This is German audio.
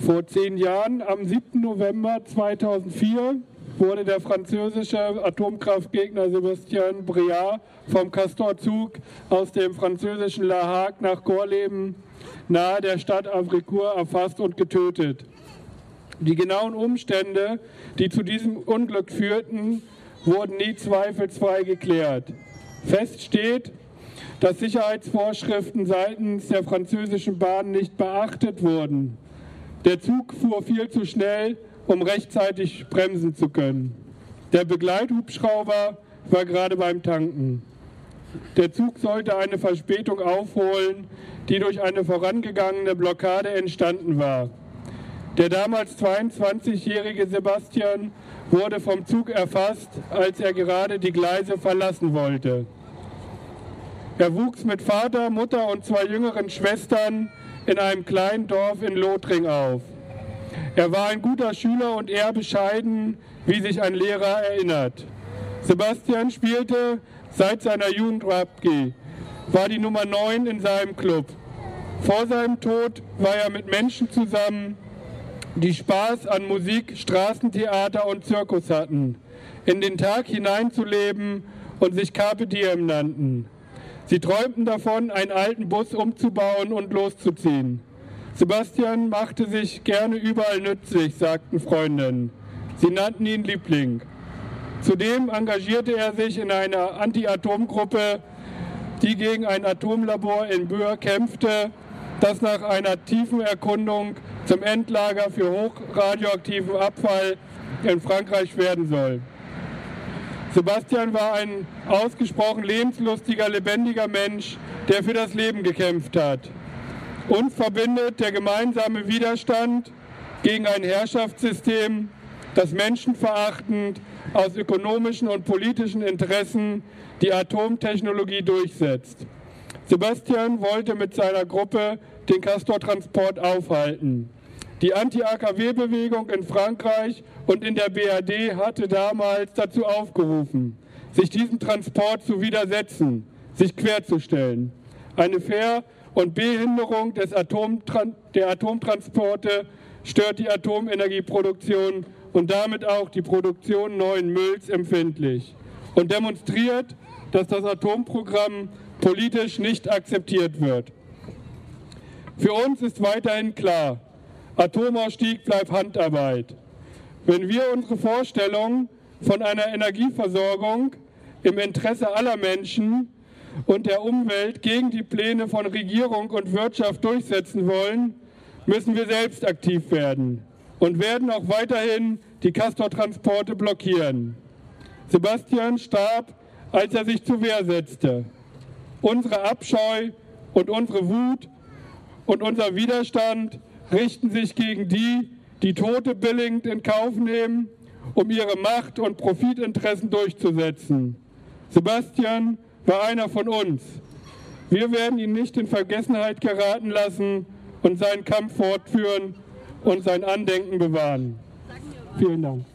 Vor 10 Jahren, am 7. November 2004, wurde der französische Atomkraftgegner Sébastien Bréard vom Castor-Zug aus dem französischen La Hague nach Gorleben nahe der Stadt Havrincourt erfasst und getötet. Die genauen Umstände, die zu diesem Unglück führten, wurden nie zweifelsfrei geklärt. Fest steht, dass Sicherheitsvorschriften seitens der französischen Bahn nicht beachtet wurden. Der Zug fuhr viel zu schnell, um rechtzeitig bremsen zu können. Der Begleithubschrauber war gerade beim Tanken. Der Zug sollte eine Verspätung aufholen, die durch eine vorangegangene Blockade entstanden war. Der damals 22-jährige Sebastian wurde vom Zug erfasst, als er gerade die Gleise verlassen wollte. Er wuchs mit Vater, Mutter und 2 jüngeren Schwestern in einem kleinen Dorf in Lothringen auf. Er war ein guter Schüler und eher bescheiden, wie sich ein Lehrer erinnert. Sebastian spielte seit seiner Jugend Rugby, war die Nummer 9 in seinem Club. Vor seinem Tod war er mit Menschen zusammen, die Spaß an Musik, Straßentheater und Zirkus hatten, in den Tag hineinzuleben und sich Carpe Diem nannten. Sie träumten davon, einen alten Bus umzubauen und loszuziehen. Sebastian machte sich gerne überall nützlich, sagten Freundinnen. Sie nannten ihn Liebling. Zudem engagierte er sich in einer Anti-Atom-Gruppe, die gegen ein Atomlabor in Böhr kämpfte, das nach einer tiefen Erkundung zum Endlager für hochradioaktiven Abfall in Frankreich werden soll. Sebastian war ein ausgesprochen lebenslustiger, lebendiger Mensch, der für das Leben gekämpft hat. Uns verbindet der gemeinsame Widerstand gegen ein Herrschaftssystem, das menschenverachtend aus ökonomischen und politischen Interessen die Atomtechnologie durchsetzt. Sebastian wollte mit seiner Gruppe den Castor-Transport aufhalten. Die Anti-AKW-Bewegung in Frankreich und in der BRD hatte damals dazu aufgerufen, sich diesem Transport zu widersetzen, sich querzustellen. Eine Ver- und Behinderung der Atomtransporte stört die Atomenergieproduktion und damit auch die Produktion neuen Mülls empfindlich und demonstriert, dass das Atomprogramm politisch nicht akzeptiert wird. Für uns ist weiterhin klar, Atomausstieg bleibt Handarbeit. Wenn wir unsere Vorstellung von einer Energieversorgung im Interesse aller Menschen und der Umwelt gegen die Pläne von Regierung und Wirtschaft durchsetzen wollen, müssen wir selbst aktiv werden und werden auch weiterhin die Castor-Transporte blockieren. Sebastian starb, als er sich zur Wehr setzte. Unsere Abscheu und unsere Wut und unser Widerstand richten sich gegen die, die Tote billigend in Kauf nehmen, um ihre Macht- und Profitinteressen durchzusetzen. Sebastian war einer von uns. Wir werden ihn nicht in Vergessenheit geraten lassen und seinen Kampf fortführen und sein Andenken bewahren. Vielen Dank.